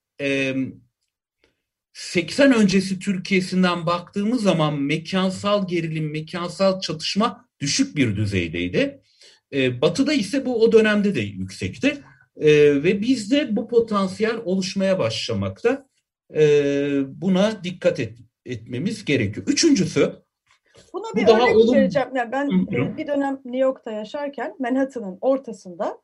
80 öncesi Türkiye'sinden baktığımız zaman mekansal gerilim, mekansal çatışma düşük bir düzeydeydi. Batı'da ise bu o dönemde de yüksekti. Ve bizde bu potansiyel oluşmaya başlamakta. Buna dikkat etmemiz gerekiyor. Üçüncüsü, buna bir örnek vereceğim. Yani ben bir dönem New York'ta yaşarken Manhattan'ın ortasında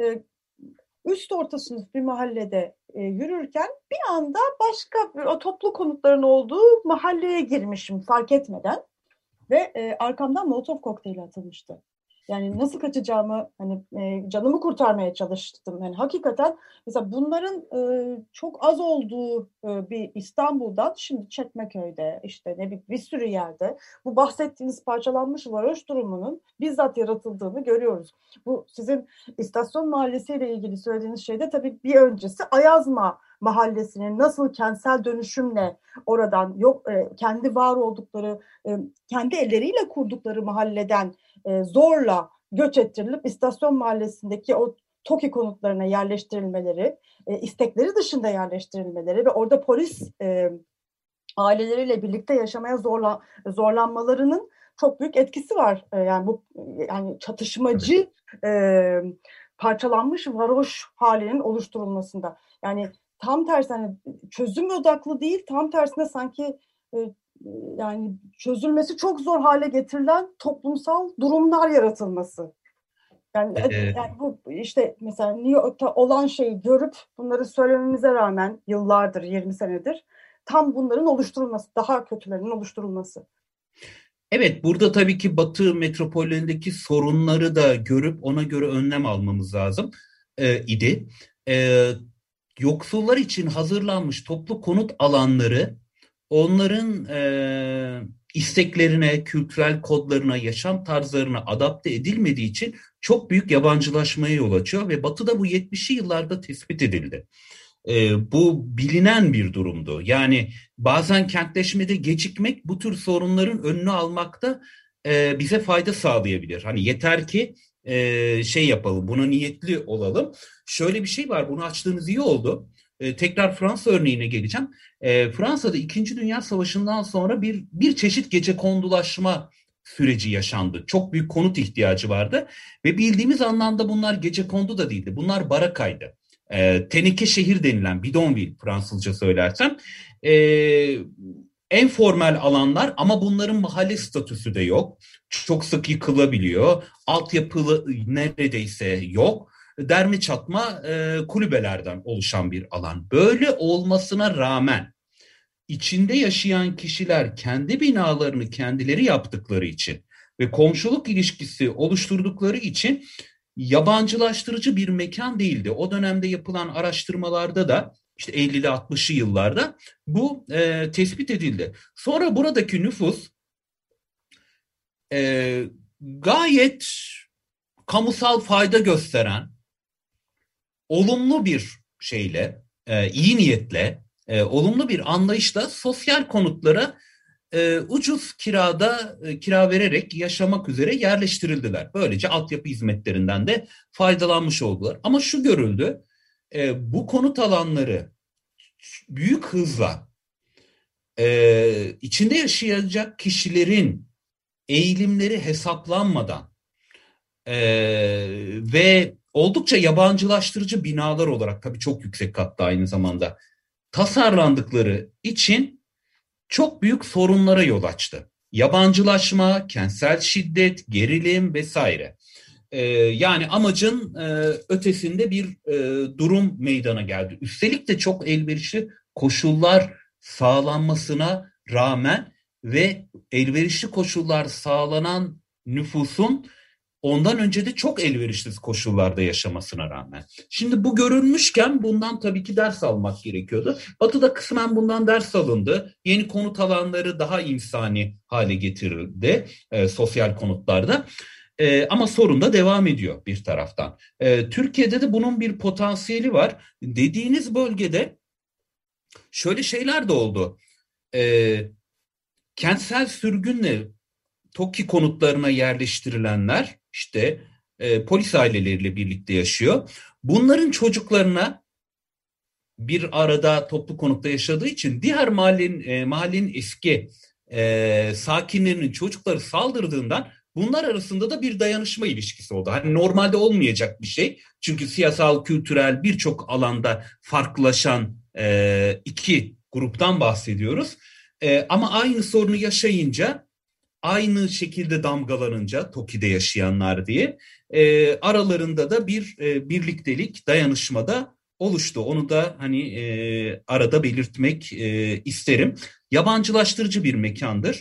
üst orta sınıf bir mahallede yürürken bir anda başka o toplu konutların olduğu mahalleye girmişim fark etmeden ve arkamdan Molotov kokteyli atılmıştı. Yani nasıl kaçacağımı, hani canımı kurtarmaya çalıştım. Yani hakikaten mesela bunların çok az olduğu bir İstanbul'dan şimdi Çekmeköy'de, işte bir sürü yerde bu bahsettiğiniz parçalanmış varoş durumunun bizzat yaratıldığını görüyoruz. Bu sizin istasyon mahallesiyle ilgili söylediğiniz şeyde tabii bir öncesi Ayazma Mahallesi'nin nasıl kentsel dönüşümle oradan kendi var oldukları, kendi elleriyle kurdukları mahalleden zorla göç ettirilip istasyon mahallesindeki o TOKİ konutlarına yerleştirilmeleri, istekleri dışında yerleştirilmeleri ve orada polis aileleriyle birlikte yaşamaya zorlanmalarının çok büyük etkisi var. Yani çatışmacı, parçalanmış varoş halinin oluşturulmasında. Yani tam tersi, hani çözüm odaklı değil, tam tersine sanki yani çözülmesi çok zor hale getirilen toplumsal durumlar yaratılması. Yani bu işte mesela New York'ta olan şeyi görüp bunları söylememize rağmen yıllardır, 20 senedir tam bunların oluşturulması, daha kötülerinin oluşturulması. Evet, burada tabii ki Batı metropollerindeki sorunları da görüp ona göre önlem almamız lazım idi. Yoksullar için hazırlanmış toplu konut alanları onların isteklerine, kültürel kodlarına, yaşam tarzlarına adapte edilmediği için çok büyük yabancılaşmaya yol açıyor ve Batı'da bu 70'li yıllarda tespit edildi. Bu bilinen bir durumdu. Yani bazen kentleşmede gecikmek bu tür sorunların önünü almakta bize fayda sağlayabilir. Hani yeter ki şey yapalım, buna niyetli olalım. Şöyle bir şey var, bunu açtığınız iyi oldu. Tekrar Fransa örneğine geleceğim. Fransa'da 2. Dünya Savaşı'ndan sonra bir çeşit gecekondulaşma süreci yaşandı. Çok büyük konut ihtiyacı vardı ve bildiğimiz anlamda bunlar gecekondu da değildi. Bunlar barakaydı. Teneke şehir denilen, bidonville Fransızca söylersem, en formal alanlar ama bunların mahalle statüsü de yok. Çok sık yıkılabiliyor. Altyapı neredeyse yok. Derme çatma kulübelerden oluşan bir alan. Böyle olmasına rağmen içinde yaşayan kişiler kendi binalarını kendileri yaptıkları için ve komşuluk ilişkisi oluşturdukları için yabancılaştırıcı bir mekan değildi. O dönemde yapılan araştırmalarda da işte 50'li 60'lı yıllarda bu tespit edildi. Sonra buradaki nüfus gayet kamusal fayda gösteren, olumlu bir şeyle, iyi niyetle, olumlu bir anlayışla sosyal konutlara ucuz kira vererek yaşamak üzere yerleştirildiler. Böylece altyapı hizmetlerinden de faydalanmış oldular. Ama şu görüldü, bu konut alanları büyük hızla içinde yaşayacak kişilerin eğilimleri hesaplanmadan ve oldukça yabancılaştırıcı binalar olarak, tabii çok yüksek katta aynı zamanda tasarlandıkları için çok büyük sorunlara yol açtı. Yabancılaşma, kentsel şiddet, gerilim vesaire. Yani amacın ötesinde bir durum meydana geldi. Üstelik de çok elverişli koşullar sağlanmasına rağmen ve elverişli koşullar sağlanan nüfusun ondan önce de çok elverişsiz koşullarda yaşamasına rağmen. Şimdi bu görülmüşken bundan tabii ki ders almak gerekiyordu. Batı'da kısmen bundan ders alındı. Yeni konut alanları daha insani hale getirildi sosyal konutlarda. Ama sorun da devam ediyor bir taraftan. Türkiye'de de bunun bir potansiyeli var. Dediğiniz bölgede şöyle şeyler de oldu. Kentsel sürgünle TOKİ konutlarına yerleştirilenler işte polis aileleriyle birlikte yaşıyor. Bunların çocuklarına bir arada toplu konutta yaşadığı için diğer mahallenin eski sakinlerinin çocukları saldırdığından bunlar arasında da bir dayanışma ilişkisi oldu. Hani normalde olmayacak bir şey. Çünkü siyasal, kültürel birçok alanda farklılaşan iki gruptan bahsediyoruz. Ama aynı sorunu yaşayınca, aynı şekilde damgalanınca TOKİ'de yaşayanlar diye aralarında da bir birliktelik, dayanışmada oluştu. Onu da hani arada belirtmek isterim. Yabancılaştırıcı bir mekandır.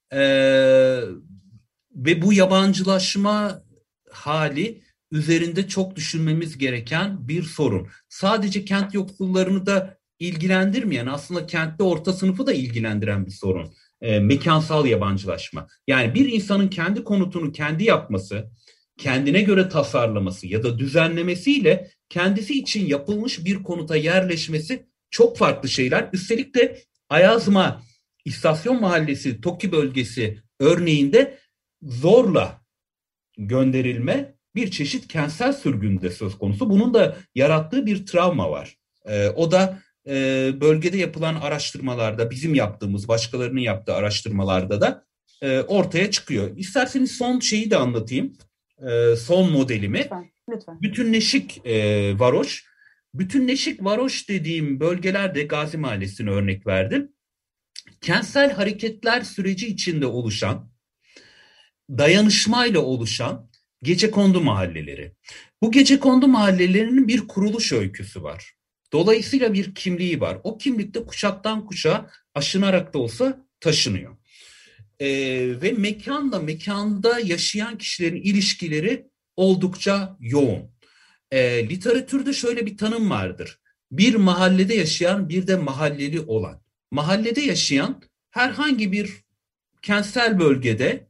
Ve bu yabancılaşma hali üzerinde çok düşünmemiz gereken bir sorun. Sadece kent yoksullarını da ilgilendirmeyen, aslında kentte orta sınıfı da ilgilendiren bir sorun. Mekansal yabancılaşma. Yani bir insanın kendi konutunu kendi yapması, kendine göre tasarlaması ya da düzenlemesiyle kendisi için yapılmış bir konuta yerleşmesi çok farklı şeyler. Üstelik de Ayazma, İstasyon Mahallesi, TOKİ bölgesi örneğinde zorla gönderilme bir çeşit kentsel sürgünde söz konusu. Bunun da yarattığı bir travma var. O da bölgede yapılan araştırmalarda, bizim yaptığımız, başkalarının yaptığı araştırmalarda da ortaya çıkıyor. İsterseniz son şeyi de anlatayım. Son modelimi. Lütfen. Bütünleşik varoş. Bütünleşik varoş dediğim bölgelerde Gazi Mahallesi'ne örnek verdim. Kentsel hareketler süreci içinde oluşan, dayanışmayla oluşan gecekondu mahalleleri. Bu gecekondu mahallelerinin bir kuruluş öyküsü var. Dolayısıyla bir kimliği var. O kimlikte kuşaktan kuşağa aşınarak da olsa taşınıyor. Ve mekanda yaşayan kişilerin ilişkileri oldukça yoğun. Literatürde şöyle bir tanım vardır. Bir mahallede yaşayan, bir de mahalleli olan. Mahallede yaşayan herhangi bir kentsel bölgede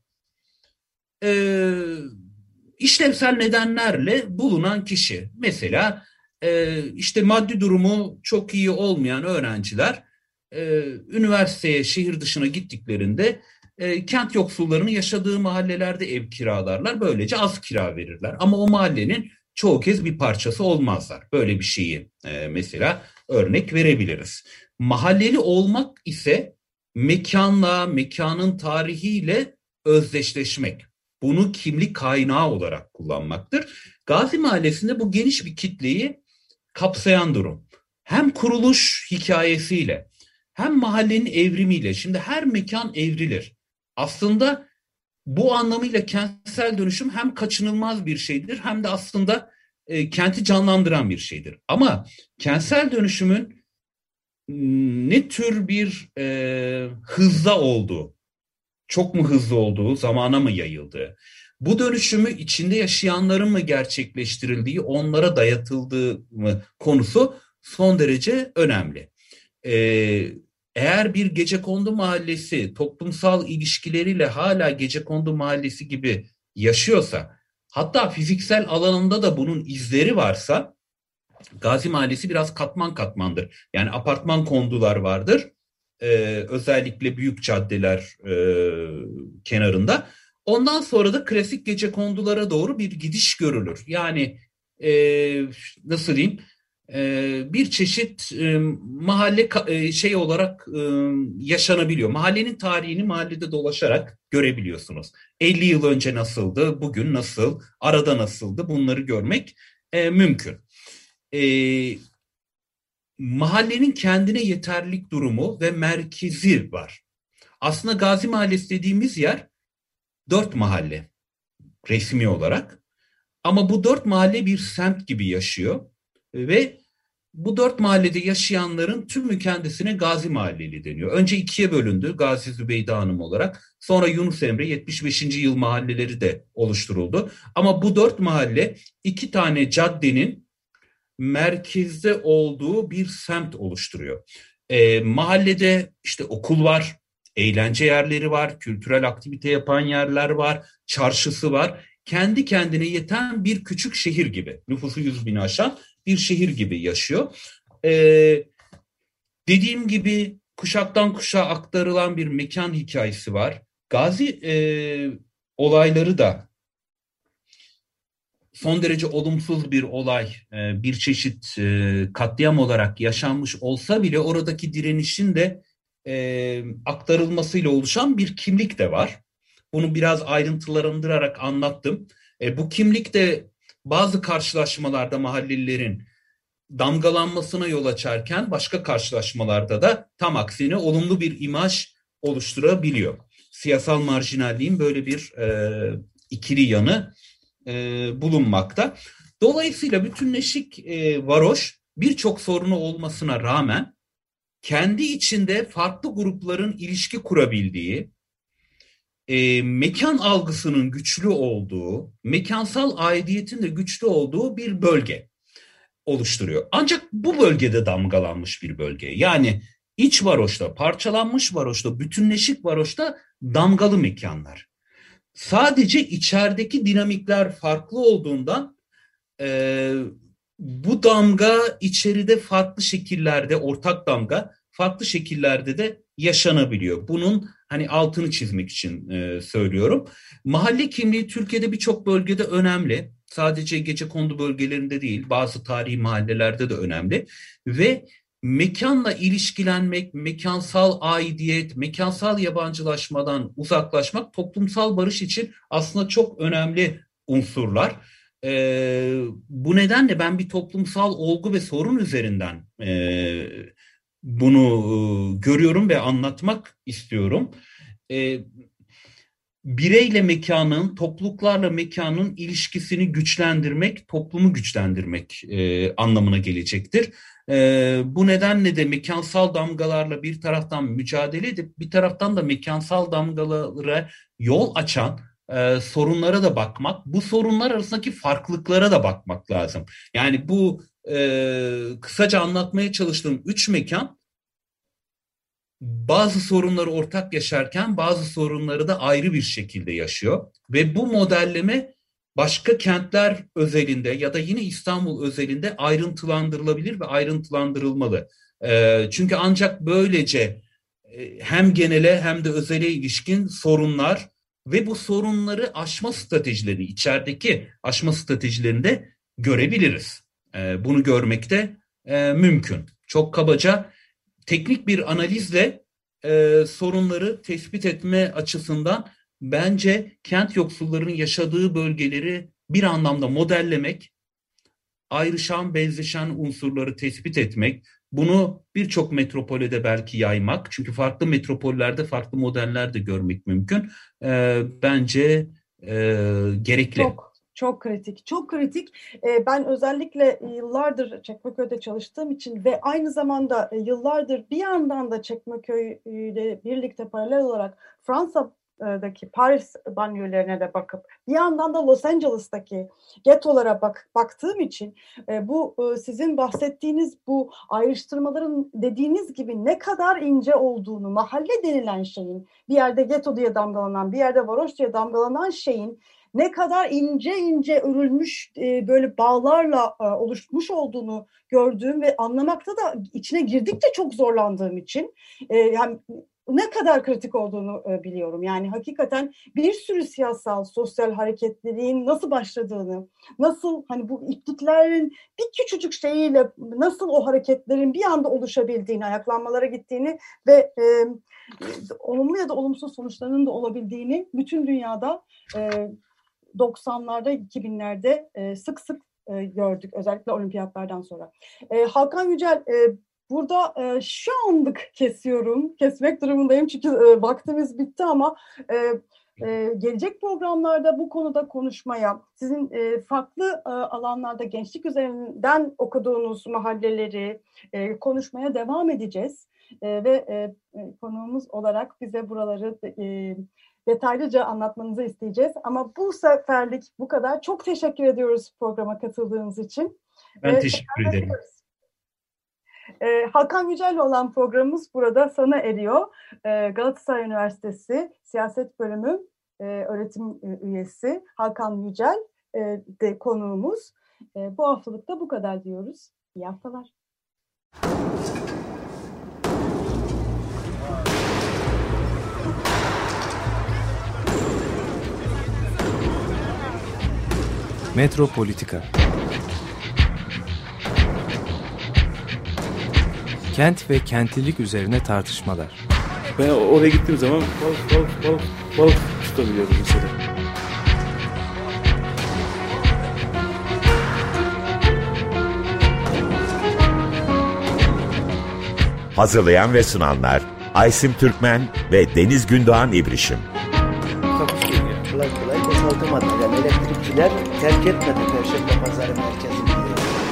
işlevsel nedenlerle bulunan kişi. Mesela işte maddi durumu çok iyi olmayan öğrenciler üniversiteye şehir dışına gittiklerinde kent yoksullarının yaşadığı mahallelerde ev kiralarlar. Böylece az kira verirler. Ama o mahallenin çoğu kez bir parçası olmazlar. Böyle bir şeyi mesela örnek verebiliriz. Mahalleli olmak ise mekanla, mekanın tarihiyle özdeşleşmek. Bunu kimlik kaynağı olarak kullanmaktır. Gazi Mahallesi'nde bu geniş bir kitleyi kapsayan durum. Hem kuruluş hikayesiyle hem mahallenin evrimiyle. Şimdi her mekan evrilir. Aslında bu anlamıyla kentsel dönüşüm hem kaçınılmaz bir şeydir hem de aslında kenti canlandıran bir şeydir. Ama kentsel dönüşümün ne tür bir hızda olduğu, çok mu hızlı olduğu, zamana mı yayıldığı, bu dönüşümü içinde yaşayanların mı gerçekleştirildiği, onlara dayatıldığı mı konusu son derece önemli. Eğer bir gecekondu mahallesi toplumsal ilişkileriyle hala gecekondu mahallesi gibi yaşıyorsa, hatta fiziksel alanında da bunun izleri varsa, Gazi Mahallesi biraz katman katmandır. Yani apartman kondular vardır. Özellikle büyük caddeler kenarında. Ondan sonra da klasik gecekondulara doğru bir gidiş görülür. Yani nasıl diyeyim? Bir çeşit mahalle şey olarak yaşanabiliyor. Mahallenin tarihini mahallede dolaşarak görebiliyorsunuz. 50 yıl önce nasıldı, bugün nasıl, arada nasıldı, bunları görmek mümkün. Mahallenin kendine yeterlilik durumu ve merkezi var. Aslında Gazi Mahallesi dediğimiz yer 4 mahalle resmi olarak. Ama bu 4 mahalle bir semt gibi yaşıyor ve bu 4 mahallede yaşayanların tümü kendisine Gazi Mahalleli deniyor. Önce ikiye bölündü Gazi Zübeyde Hanım olarak. Sonra Yunus Emre 75. yıl mahalleleri de oluşturuldu. Ama bu 4 mahalle 2 tane caddenin merkezde olduğu bir semt oluşturuyor. Mahallede işte okul var, eğlence yerleri var, kültürel aktivite yapan yerler var, çarşısı var. Kendi kendine yeten bir küçük şehir gibi, nüfusu 100 bini aşan bir şehir gibi yaşıyor. Dediğim gibi kuşaktan kuşağa aktarılan bir mekan hikayesi var. Gazi olayları da son derece olumsuz bir olay, bir çeşit katliam olarak yaşanmış olsa bile oradaki direnişin de aktarılmasıyla oluşan bir kimlik de var. Bunu biraz ayrıntılandırarak anlattım. Bu kimlik de bazı karşılaşmalarda mahallelilerin damgalanmasına yol açarken başka karşılaşmalarda da tam aksine olumlu bir imaj oluşturabiliyor. Siyasal marjinalliğin böyle bir ikili yanı bulunmakta. Dolayısıyla bütünleşik varoş birçok sorunu olmasına rağmen kendi içinde farklı grupların ilişki kurabildiği, mekan algısının güçlü olduğu, mekansal aidiyetin de güçlü olduğu bir bölge oluşturuyor. Ancak bu bölgede damgalanmış bir bölge. Yani iç varoşta, parçalanmış varoşta, bütünleşik varoşta damgalı mekanlar. Sadece içerideki dinamikler farklı olduğundan bu damga içeride farklı şekillerde, ortak damga farklı şekillerde de yaşanabiliyor. Bunun hani altını çizmek için söylüyorum. Mahalle kimliği Türkiye'de birçok bölgede önemli. Sadece gecekondu bölgelerinde değil, bazı tarihi mahallelerde de önemli. Ve mekanla ilişkilenmek, mekansal aidiyet, mekansal yabancılaşmadan uzaklaşmak toplumsal barış için aslında çok önemli unsurlar. Bu nedenle ben bir toplumsal olgu ve sorun üzerinden bunu görüyorum ve anlatmak istiyorum. Bireyle mekanın, topluluklarla mekanın ilişkisini güçlendirmek, toplumu güçlendirmek anlamına gelecektir. Bu nedenle de mekansal damgalarla bir taraftan mücadele edip bir taraftan da mekansal damgalara yol açan sorunlara da bakmak, bu sorunlar arasındaki farklılıklara da bakmak lazım. Yani bu kısaca anlatmaya çalıştığım 3 mekan bazı sorunları ortak yaşarken bazı sorunları da ayrı bir şekilde yaşıyor. Ve bu modelleme başka kentler özelinde ya da yine İstanbul özelinde ayrıntılandırılabilir ve ayrıntılandırılmalı. Çünkü ancak böylece hem genele hem de özele ilişkin sorunlar ve bu sorunları aşma stratejileri, içerideki aşma stratejilerini de görebiliriz. Bunu görmek de mümkün. Çok kabaca teknik bir analizle sorunları tespit etme açısından bence kent yoksullarının yaşadığı bölgeleri bir anlamda modellemek, ayrışan, benzeşen unsurları tespit etmek, bunu birçok metropole de belki yaymak, çünkü farklı metropollerde farklı modeller de görmek mümkün. Bence gerekli. Çok kritik, çok kritik. Ben özellikle yıllardır Çekmeköy'de çalıştığım için ve aynı zamanda yıllardır bir yandan da Çekmeköy ile birlikte paralel olarak Fransa'daki Paris banliyölerine de bakıp bir yandan da Los Angeles'taki ghettolara baktığım için bu sizin bahsettiğiniz bu ayrıştırmaların dediğiniz gibi ne kadar ince olduğunu, mahalle denilen şeyin, bir yerde ghetto diye damgalanan, bir yerde varoş diye damgalanan şeyin ne kadar ince ince örülmüş böyle bağlarla oluşmuş olduğunu gördüğüm ve anlamakta da içine girdikçe çok zorlandığım için yani ne kadar kritik olduğunu biliyorum. Yani hakikaten bir sürü siyasal, sosyal hareketliliğin nasıl başladığını, nasıl hani bu ipliklerin bir küçücük şeyiyle nasıl o hareketlerin bir anda oluşabildiğini, ayaklanmalara gittiğini ve olumlu ya da olumsuz sonuçlarının da olabildiğini bütün dünyada 90'larda, 2000'lerde sık sık gördük. Özellikle olimpiyatlardan sonra. Hakan Yücel, burada şu anlık kesmek durumundayım çünkü vaktimiz bitti ama Gelecek programlarda bu konuda konuşmaya, sizin farklı alanlarda gençlik üzerinden okuduğunuz mahalleleri konuşmaya devam edeceğiz. Ve konuğumuz olarak bize buraları detaylıca anlatmanızı isteyeceğiz. Ama bu seferlik bu kadar. Çok teşekkür ediyoruz programa katıldığınız için. Ben teşekkür ederim. Hakan Yücel'le olan programımız burada sona eriyor. Galatasaray Üniversitesi Siyaset Bölümü öğretim üyesi Hakan Yücel de konuğumuz. Bu haftalık da bu kadar diyoruz. İyi haftalar. Metropolitika. Kent ve kentlilik üzerine tartışmalar. Ben oraya gittiğim zaman balık tutabiliyordum mesela. Hazırlayan ve sunanlar Aysim Türkmen ve Deniz Gündoğan İbrişim. Kolay kolay boşaltamadı. Yani elektrikçiler terk etmedi Perşembe Pazarı merkezini.